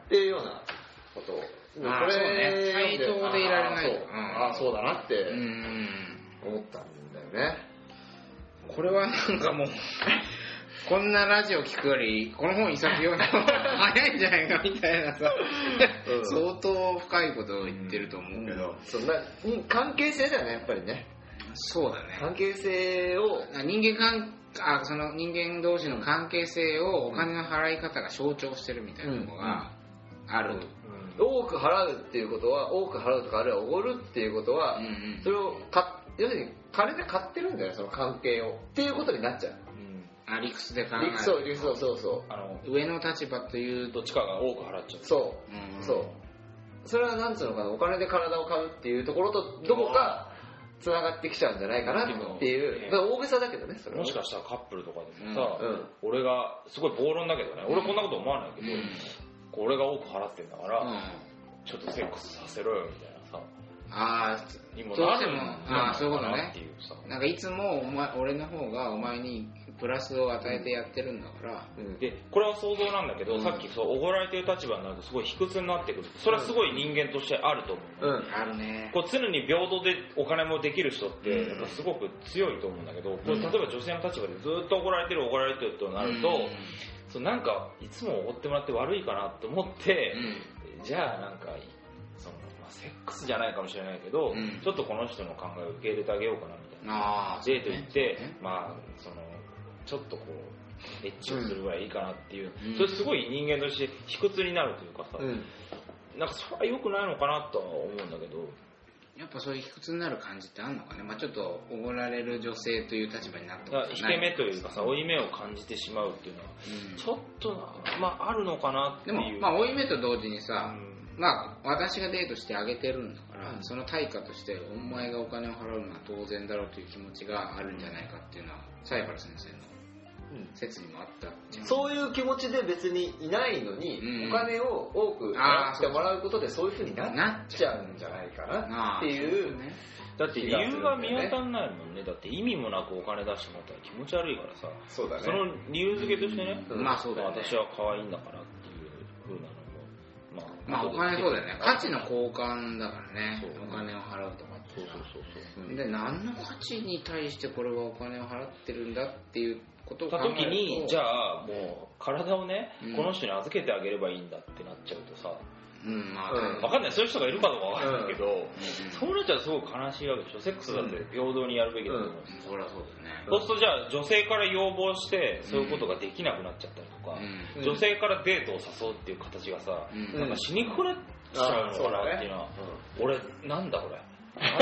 S3: っていうようなことをこ
S1: れ対等でいられないと
S3: そうだなって思ったんだよね。
S1: これはなんかもうこんなラジオ聞くよりこの本一冊読んだ方が早いんじゃないかみたいなさ、相当深いことを言ってると思うけど、
S3: そんな関係性だよねやっぱりね。
S1: そうだね。
S3: 関係性を
S1: その人間同士の関係性をお金の払い方が象徴してるみたいなのがある。
S3: 多く払うっていうことは、多く払うとかあるいはおごるっていうことは、それを要するに金で買ってるんだよその関係をっていうことになっちゃう。
S1: 理屈で考える。
S3: そう
S1: 上の立場という
S2: どっちかが多く払っちゃう。
S3: それはなんつうのかな、お金で体を買うっていうところとどこかつながってきちゃうんじゃないかなっていう、大げさだけどねそれは。
S2: もしかしたらカップルとかでもさ、俺がすごい暴論だけどね、俺こんなこと思わないけど、俺が多く払ってんだから、ちょっとセックスさせろよみたいなさ。
S1: どうしてもそういうことね。なんかいつも俺の方がお前にプラスを与えてやってるんだから、
S2: でこれは想像なんだけど、さっきおごられてる立場になるとすごい卑屈になってくる。それはすごい人間としてあると思う。
S1: あるね。
S2: こう常に平等でお金もできる人ってやっぱすごく強いと思うんだけど、これ例えば女性の立場でずっとおごられてるとなると、なんかいつもおごってもらって悪いかなと思って、じゃあなんかセックスじゃないかもしれないけど、ちょっとこの人の考えを受け入れてあげようかなみたいなデート行って、ちょっとこうエッチをするぐらいいいかなっていう、それすごい人間として卑屈になるというかさ、なんかそれは良くないのかなとは思うんだけど、
S1: やっぱそういう卑屈になる感じってあるのかね。ちょっとおごられる女性という立場になったことない。
S2: 引け目というかさ、負い目を感じてしまうっていうのは、ちょっとあるのかなっていう。
S1: でも負い目と同時にさ、私がデートしてあげてるんだから、その対価としてお前がお金を払うのは当然だろうという気持ちがあるんじゃないかっていうのは西原先生の説にもあったじゃん。
S3: そういう気持ちで別にいないのに、お金を多く払ってもらうことでそういう風になっちゃうんじゃないかなっていう。
S2: だって理由が見当たらないもんね。だって意味もなくお金出してもらったら気持ち悪いからさ。
S3: そうだね。
S2: その理由付けとしてね、
S1: そうだよね。
S2: 私は可愛いんだからっていう風なのも、
S1: お金そうだよね。価値の交換だからね。お金を払うとかって。で、何の価値に対してこれはお金を払ってるんだっていうことを考えると、
S2: 時にじゃあもう体をね、この人に預けてあげればいいんだってなっちゃうとさ、分かんない、そういう人がいるかどうか分かんないけど、そうなっちゃうとすごく悲しいわけでしょ。セックスだって平等にやるべきだと思う。
S1: そりゃそうだね。
S2: そうするとじゃあ女性から要望してそういうことができなくなっちゃったりとか、女性からデートを誘うっていう形がさ、なんかしにくくなっちゃうのかなっていうのは、俺なんだこれ。お前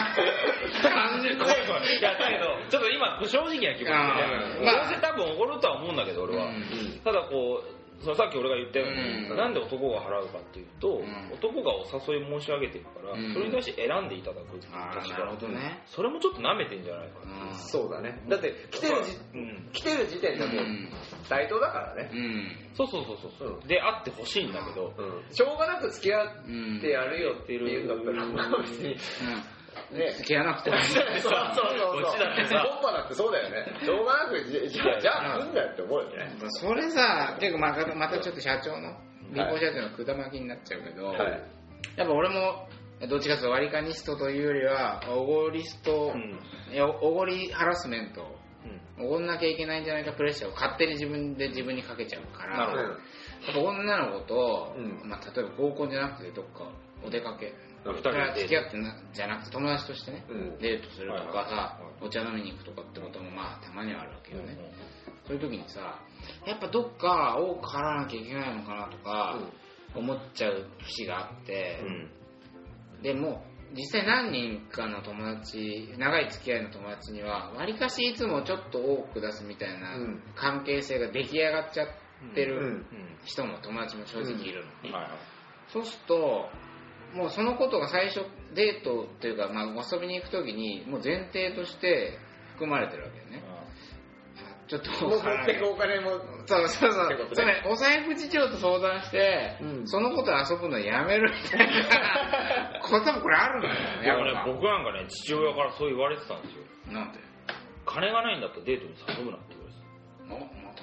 S2: 30個いやだけどちょっと今正直な気持ちで、どうせ多分おごるとは思うんだけど俺は、ただこうさっき俺が言ったように、なんで男が払うかっていうと、男がお誘い申し上げてるから、それに対して選んでいただくっていう立場、それもちょっと舐めてんじゃないかな。
S3: そうだね。だって来てる時点でも対等だからね。
S2: そうであってほしいんだけど、
S3: しょうがなく付き合ってやるよっていうんだったら別に
S1: 付き合わなくても
S3: そうこっちだってさ、ポッパだってそうだよね。しょうがなくじゃあ来んだよって思うよね。
S1: それさ、結構またちょっと社長の銀行社長のくだまきになっちゃうけど、やっぱ俺もどっちかというと割り勘ニストというよりはおごりスト、おごりハラスメント、おごんなきゃいけないんじゃないかプレッシャーを勝手に自分にかけちゃうから、やっぱ女の子と、例えば合コンじゃなくてどっかお出かけ、付き合ってじゃなくて友達としてね、デートするとかさ、お茶飲みに行くとかってこともたまにはあるわけよね。そういう時にさ、やっぱどっか多く払わなきゃいけないのかなとか思っちゃう節があって、でも実際何人かの友達、長い付き合いの友達にはわりかしいつもちょっと多く出すみたいな関係性が出来上がっちゃってる人も友達も正直いるの。そうするともうそのことが最初デートというか、遊びに行く時にもう前提として含まれてるわけよね。ちょっと
S3: 持ってくお金も
S1: そうそれお財布事情と相談して、そのこと遊ぶのやめるみたいなこともこれあるんだよね。
S2: 僕なんかね、父親からそう言われてたんですよ。
S1: なんで？
S2: 金がないんだったらデートに誘うなって言われてた。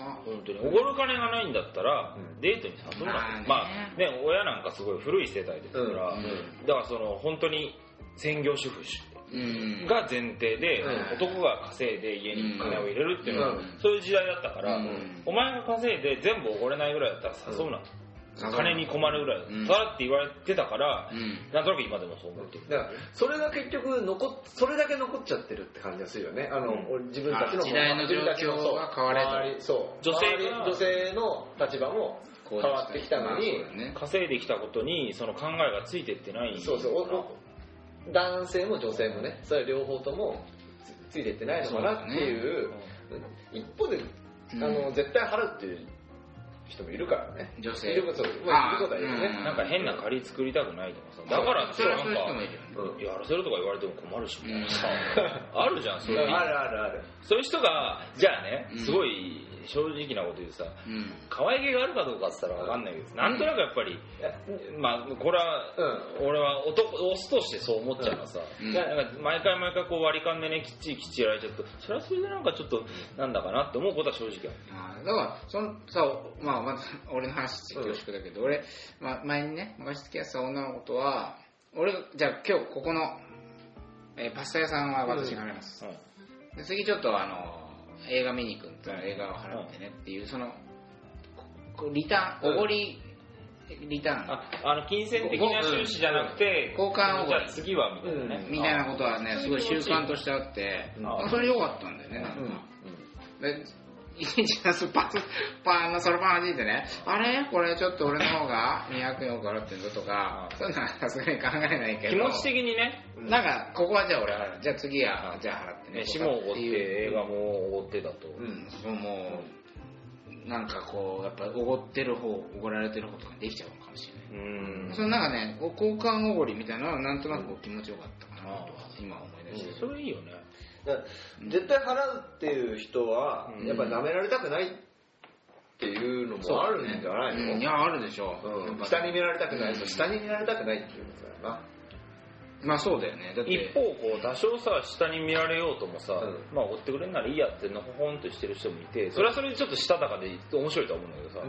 S2: 本当におごる金がないんだったらデートに誘うな。まあね、親なんかすごい古い世代ですから、だからその本当に専業主婦が前提で、男が稼いで家に金を入れるっていうのは、そういう時代だったから、お前が稼いで全部おごれないぐらいだったら誘うな。金に困るぐらいだって言われてたから、なんとなく今でもそう思ってる。
S3: だからそれが結局それだけ残っちゃってるって感じがするよね。自分たちの
S1: 時代の状況が変われ
S3: と、そう女性の立場も変わってきたのに、
S2: 稼いできたことにその考えがついてってない。
S3: そう男性も女性もね、それは両方ともついてってないのかなっていう。一方で絶対払うっていう人もいるからね。
S1: 女性
S3: いることはいるね。
S2: なんか変な借り作りたくないとかさ、だからってなんかやらせるとか言われても困るしみたいなさ、あるじゃん。そういう
S3: ある。
S2: そういう人がじゃあね、すごい正直なこと言うとさ、可愛げがあるかどうかって言ったら分かんないけど、なんとなくやっぱりまあこれは俺はオスとしてそう思っちゃうのさ、なんか毎回こう割り勘でねきっちりやられちゃうと、それはそれでなんかちょっとなんだかなって思うことは正直ある。
S1: だからそのさ、まず俺の話して恐縮だけど、俺、前にね昔付き合ってた女の子とは、俺じゃあ今日ここの、パスタ屋さんは私が払います、で次ちょっと映画見に行くんだったら映画を払ってねっていう、そのリターンおごりリターン、
S2: 金銭的な収支じゃなくて
S1: 交換おごり、
S2: じゃあ次はみたいなね、
S1: みたいなことはねすごい習慣としてあって、それ良かったんだよね。なんかで一日のそろパン弾いてね、あれこれちょっと俺の方が200円多く払ってんぞとか、そういうのはさすがに考えないけど、
S2: 気持ち的にね、
S1: なんかここはじゃあ俺払う、じゃあ次はじゃあ払ってね、
S2: 飯もおごって映画もおごってだと、
S1: そうもうなんかこうやっぱおごってる方、おごられてる方とかできちゃうのかもしれない。そのなんかね、交換おごりみたいなのはなんとなく気持ちよかったかなとは今思い出して、
S2: それいいよね。
S3: 絶対払うっていう人はやっぱ舐められたくないっていうのもあるんじゃないの？
S1: いや、あるでしょ。
S3: 下に見られたくないと、下に見られたくないっていうことだよな。
S1: まあそうだよね。だって
S2: 一方こう多少さ下に見られようともさ、まあおごってくれんならいいやってのほほんとしてる人もいて、それはそれでちょっとしたたかで面白いと思うんだけどさ、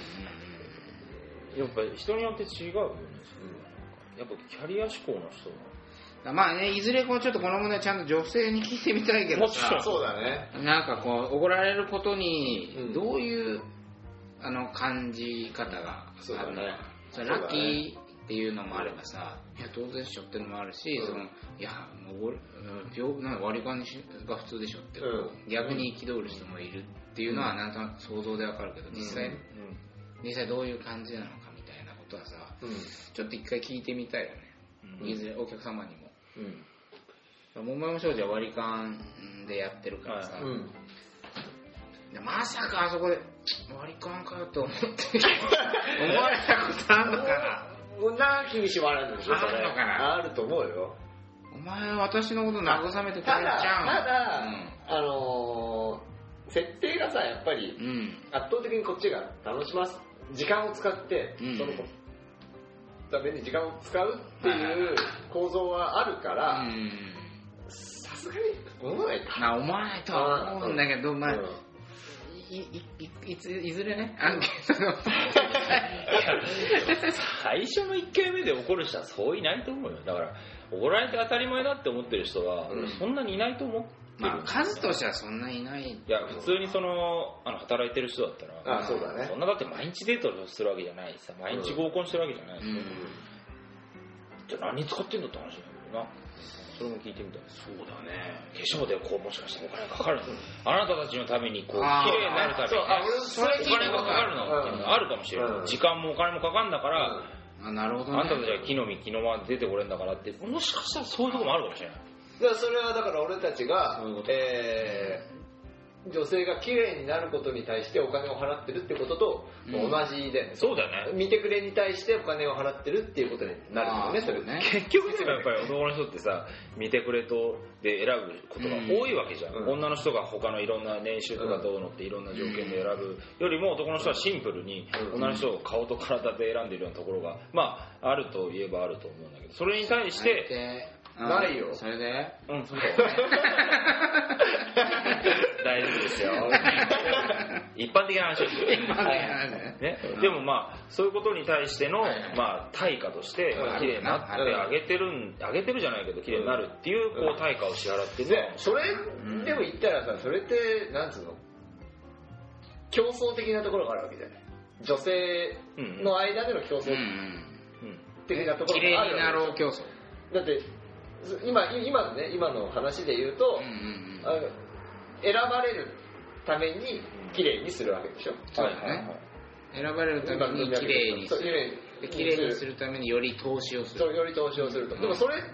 S2: やっぱり人によって違うよね。やっぱキャリア志向の人
S1: まあね、いずれこうちょっとこの問題ちゃんと女性に聞いてみたいけどさ、
S3: そうだね。
S1: なんかこうおごられることにどういう、感じ方があるのか、ラッキーっていうのもあればさ、いや当然でしょっていうのもあるし、そのいやなんか割り勘が普通でしょって、逆に憤る人もいるっていうのはなんとなく想像でわかるけど、実際どういう感じなのかみたいなことはさ、ちょっと一回聞いてみたいよね、いずれお客様にも。桃山商事は割り勘でやってるからさ、まさかあそこで割り勘かよと思って思われたことあるのかな。
S3: な気にしもあるんでしょ。
S1: あるのかな。
S3: あると思うよ。
S1: お前は私のこと慰めてくれちゃう。
S3: ただ、設定がさやっぱり圧倒的にこっちが楽します時間を使って、そのために時間を使うっていう構造はあるから、さすがに思わないか。
S1: 思わないとは思うんだけど、まあ、いずれね、アンケートの
S2: 最初の1回目で怒る人はそういないと思うよ。だから怒られて当たり前だって思ってる人は、そんなにいないと思ってる。
S1: 数としてはそんなにいない。
S2: いや普通に働いてる人だったら、
S3: そうだね。
S2: そんなだって毎日デートするわけじゃないしさ、毎日合コンしてるわけじゃないし、じゃあ何使ってんだって話なんだけどな。それも聞いてみたい。そうだね。化粧でこうもしかしてお金かかるの？あなたたちのためにこう綺麗になるために、お金がかかるのっていうのがあるかもしれない。時間もお金もかかるんだから、
S1: なるほどね。
S2: あんたたちは木の実木のまま出てこれんだからって、もしかしたらそういうとこもあるかもしれない。
S3: だからそれはだから俺たちが女性が綺麗になることに対してお金を払ってるってことと同じで、
S2: そうだよね。
S3: 見てくれに対してお金を払ってるっていうことになるんだよね。それね。
S2: 結局でもやっぱり男の人ってさ、見てくれとで選ぶことが多いわけじゃん。女の人が他のいろんな年収とかどうのっていろんな条件で選ぶよりも、男の人はシンプルに女の人を顔と体で選んでいるようなところがまああるといえばあると思うんだけど、それに対して
S3: ないよ。
S1: それで
S2: そう大丈夫ですよ一般的な話ですよね。でもまあそういうことに対してのまあ対価として綺麗になってあげてるじゃないけど綺麗になるっていうこう対価を支払って
S3: でそれでも言ったらさ、それってなんつうの競争的なところがあるわけじゃない。女性の間での競争的なところがある。
S1: 綺麗になろう競争。
S3: だって今の話で言うと、選ばれるために綺麗にするわけでしょ。
S1: そうだね。選ばれるために綺麗にする。綺麗にするためにより投資をする。
S3: そうより投資をすると。でもそれって、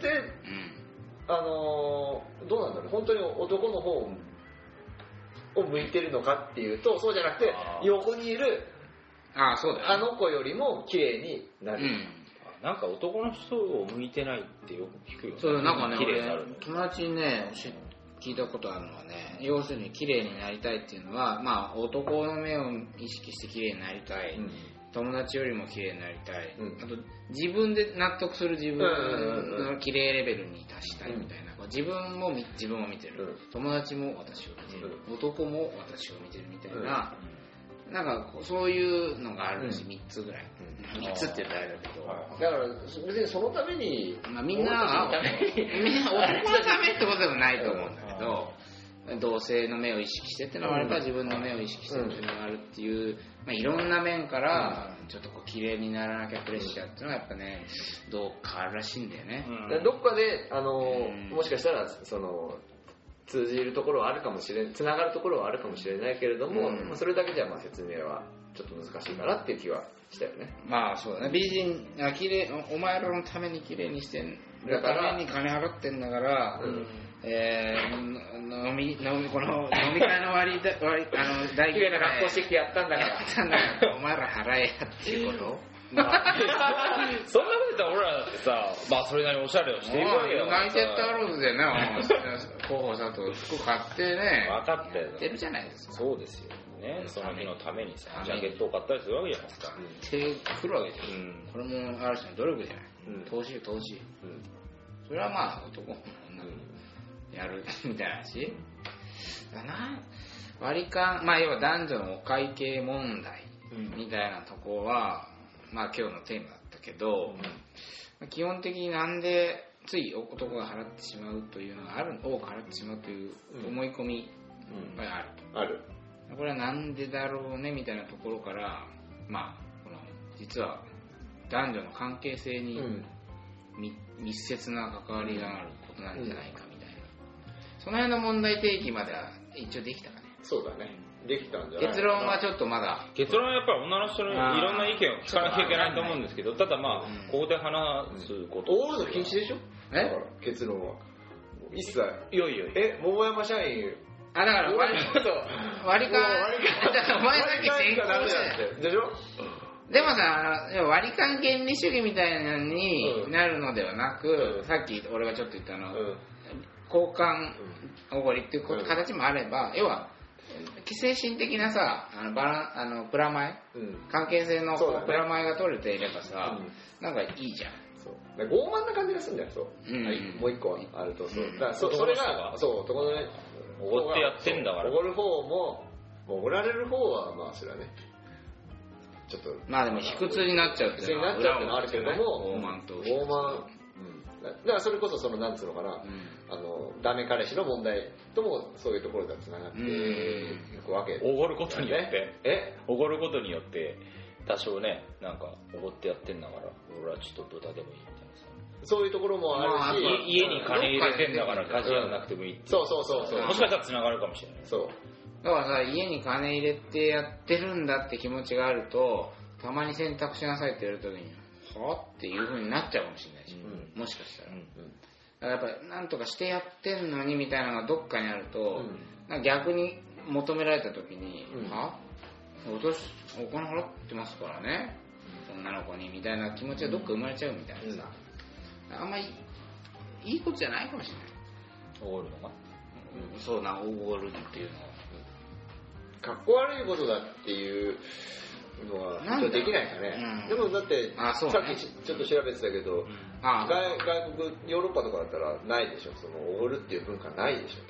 S3: どうなんだろう。本当に男の方を向いてるのかっていうと、そうじゃなくて横にいる
S1: そうだね、
S3: あの子よりも綺麗になる。
S2: なんか男の人を向いてないってよく聞くよね。
S1: そうなんかね、俺友達にね聞いたことあるのはね、要するに綺麗になりたいっていうのは、まあ男の目を意識して綺麗になりたい、友達よりも綺麗になりたい、あと自分で納得する自分の綺麗レベルに達したいみたいな、自分も自分を見てる、友達も私を見てる、男も私を見てるみたいな、なんかそういうのがあるし、3つぐらい、3つって言ったらあれだけど、
S3: だから別にそのために、
S1: みんな男のためってことでもないと思うんだけど、同性の目を意識してっていうのがあれば、自分の目を意識してっていうのがあるっていう、いろんな面からちょっとこう綺麗にならなきゃプレッシャーっていうのはやっぱね、どうかあるらしいんだよね。
S3: どっかでもしかしたらその通じるところはあるかもしれない、つながるところはあるかもしれないけれども、それだけじゃまあ説明はちょっと難しいかなっていう気はしたよね。
S1: まあそうだね、美人が綺麗、お前らのために綺麗にしてんだから、ために金払ってんだから、この飲み会の
S3: 大綺麗な格好してきてやったんだから
S1: お前ら払えやっていうこと
S2: そんなこと言ったら俺らだってさ、まあそれなりにおしゃれをしているわけよ。
S1: ナイテッドアローズでね、候補さと服買ってね、
S2: 分かったよ。
S1: やってるじゃないですか。
S2: そうですよね。その日のためにさ、ジャケットを買ったりするわけじゃないですか。
S1: 手くるわけじゃん。これもある種の努力じゃない。投資。それはまあ男も女もやるみたいな話だな。割り勘、まあ要は男女のお会計問題みたいなとこは、まあ今日のテーマだったけど、基本的になんでつい男が払ってしまうというのがある、多く払ってしまうという思い込みがあると。
S3: ある。
S1: これはなんでだろうねみたいなところから、まあこの実は男女の関係性に密接な関わりがあることなんじゃないかみたいな、その辺の問題提起までは一応できたかね。
S3: そうだね、できたんじゃない。
S1: 結論はちょっとまだ、
S2: 結論はやっぱり女の人のいろんな意見を聞かなきゃいけないと思うんですけど、ただまあここで話すこと
S3: おごるの禁止でしょ。だから結論は一切
S2: いやいや
S3: 桃山社員
S1: だから割り勘お前さっき先行して
S3: でしょ。
S1: でもさ、割り勘原理主義みたいなのになるのではなく、さっき俺がちょっと言ったの、交換おごりっていう形もあれば、要は精神的なさ、プラマイ、関係性のプラマイが取れていればさ、なんかいいじゃん。
S3: そう傲慢な感じがするんだよ。そう、もう一個あると、それが男のね、
S2: おごってやってんだから、
S3: おごる方もおごられる方はまあそれはね、ちょっと
S1: まあでも卑屈になっちゃうっていうのは
S3: あるけれども、
S1: 傲慢と
S3: 傲慢、だからそれこそなんつうのかな、ダメ彼氏の問題ともそういうところでつながっていくわけ。
S2: おごることによっておごることによって多少ね、なんかおごってやってんだから俺はちょっと豚でもいいみたいなさ、
S3: そういうところもあるし、
S2: 家に金入れてんだから家事やらなくてもいいって、
S3: そう
S2: もしかしたらつながるかもしれない。
S1: そうだからさ、家に金入れてやってるんだって気持ちがあると、たまに洗濯しなさいって言われるときにはっていう風になっちゃうかもしれないし、もしかしたら、だからやっぱりなんとかしてやってんのにみたいなのがどっかにあると、なんか逆に求められたときに、はお金払ってますからね、女の子にみたいな気持ちがどっか生まれちゃうみたいなさ、あんまりいいことじゃないかもしれない。
S2: おごるのが、
S1: そうな、おごるっていうのは
S3: かっこ悪いことだっていうのはちょっとできないかね。でもだってさっきちょっと調べてたけど、外国ヨーロッパとかだったらないでしょ、そのおごるっていう文化ないでしょ多分。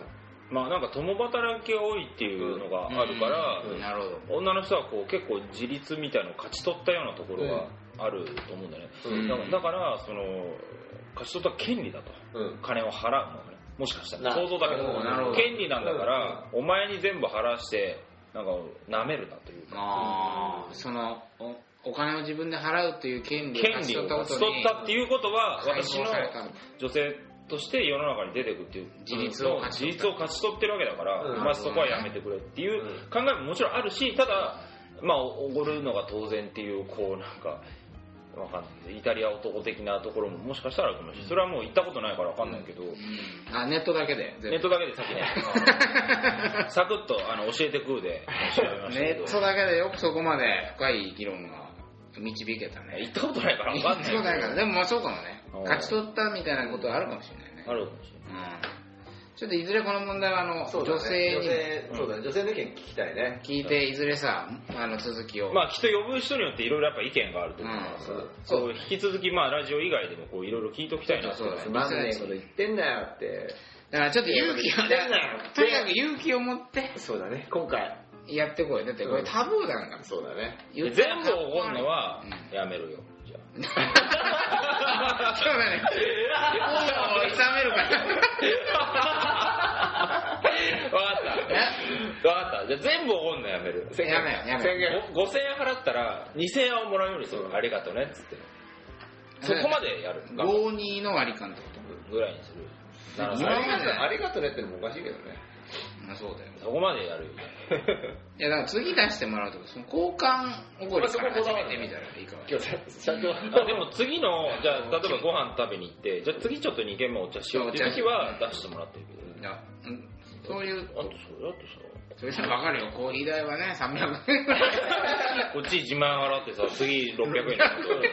S2: まあなんか共働きが多いっていうのがあるから、
S1: なるほど。
S2: 女の人はこう結構自立みたいなのを勝ち取ったようなところがあると思うんだよね、だからその勝ち取った権利だと、金を払うのがね、もしかしたら想像だけど権利なんだから、お前に全部払わしてなんか舐めるなというか、
S1: そのお金を自分で払うという権利を
S2: 勝ち取ったっていうことは、私の女性として世の中に出てくっていう
S1: 自立を勝ち
S2: 取ってるわけだから、まあそこはやめてくれっていう考えももちろんあるし、ただまあおごるのが当然っていうこうなんかわかんない、イタリア男的なところももしかしたらあるかもしれない。それはもう行ったことないからわかんないけど、
S1: ネットだけで
S2: 先ねサクッと教えてくで調べましたけど、
S1: ネットだけでよくそこまで深い議論が導けたね。
S2: 行ったことないから分かんない。
S1: 行ったことないから。でもまあそうかもね。勝ち取ったみたいなことはあるかもしれないね。
S2: あるかもしれない。
S1: ちょっといずれこの問題は女性に
S3: 女性の意見聞きたいね。
S1: 聞いていずれさ続きを。
S2: まあ人呼ぶ人によっていろいろやっぱ意見があると思うからさ、そう引き続きまあラジオ以外でもこういろいろ聞いときたいな。
S3: そうつまんねえこと言ってんだよって。
S1: だからちょっと勇気をとにかく勇気を持って。
S3: そうだね。今回。
S1: やってこい。だってこれタブーだから。
S3: そうだね。
S2: 全部おごるのはやめるよ。じゃ
S1: あ。そうだね。もう痛めるから。
S2: 分かった。じゃあ全部おごるのやめる。
S1: やめよ。
S2: 5000円払ったら2000円をもらうようにする。ありがとうねっつって。そこまでやる。
S1: 52の割り勘ってこと
S2: ぐらいにする。
S3: ありがとうねってのもおかしいけどね。
S1: そうだよ。
S2: そこまでやるよ。
S1: いやだから次出してもらうとか、その交換おごりから始めてみたらいいかも。
S3: 社長。
S2: でも次のじゃあ例えばご飯食べに行って、じゃあ次ちょっと2軒目お茶しようっていう時は出してもらってるけど。いや、
S1: そういう。
S2: あと
S1: それじゃ分かるよ。コーヒー代はね300円。
S2: こっち1万円払ってさ、次600円だけど。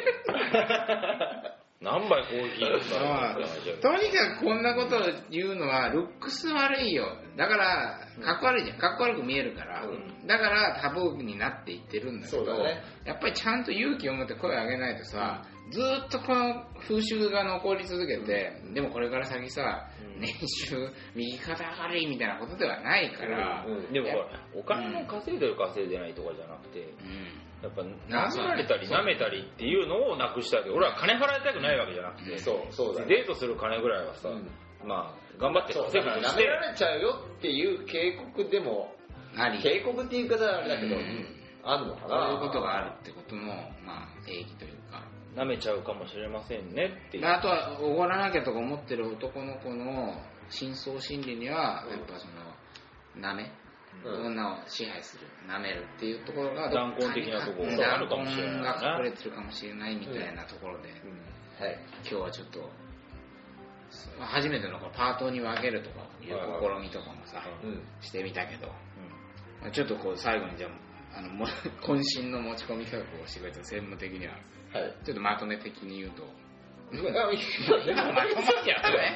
S2: 何杯コーヒーですか。
S1: とにかくこんなことを言うのはルックス悪いよ。だからかっこ悪いじゃん。かっこ悪く見えるから、だからタブーになっていってるんだけど、やっぱりちゃんと勇気を持って声を上げないとさ、ずっとこの風習が残り続けて、でもこれから先さ、年収右肩上がりみたいなことではないから、
S2: でもお金を稼いでる稼いでないとかじゃなくて、やっぱ殴られたり舐めたりっていうのをなくしたわけ。俺は金払いたくないわけじゃなくて、
S3: そうだね、
S2: デートする金ぐらいはさ、まあ頑張って稼ぐとして、
S3: 舐められちゃうよっていう警告でも警告っていう言い方はあれだけど、あるのかな。
S1: そういうことがあるってことのまあ定義というか、
S2: 舐めちゃうかもしれませんねっていう。
S1: あとはおごらなきゃとか思ってる男の子の深層心理にはやっぱその舐め、女を支配する、舐めるっていうところが
S2: 断根的なところがあるかもしれない、
S1: 断根が隠れてるかもしれないみたいなところで、今日はちょっと初めてのパートに分けるとかいう試みとかもさ、してみたけど、ちょっとこう最後にじゃあ渾身の持ち込み企画をしてくれた専務的には、ちょっとまとめ的に言うとまとまっちゃうね。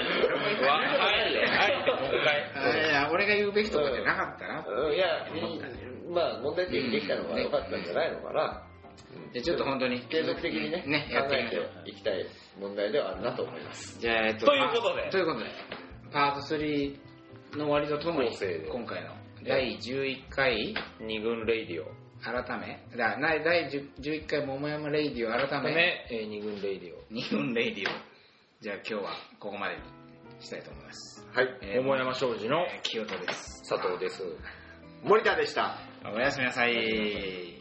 S1: 俺が言うべきとこじゃなかったな。
S3: いや、まあ問題提起できたのが良かったんじゃないのかな。
S1: じゃあちょっと本当に
S3: 継続的にね
S1: やって
S3: いきたい問題ではあるなと思います。
S1: じゃあ
S2: ということで
S1: パート3の終わりとともに今回の第11回
S2: 二軍レイディオ
S1: 改め第11回桃山レイディオ改め
S2: 二軍レイディオ
S1: じゃあ今日はここまでにしたいと思います。
S2: はい、桃山商事の
S1: 清田です。
S2: 佐藤です。
S3: 森田でした。
S1: おやすみなさい。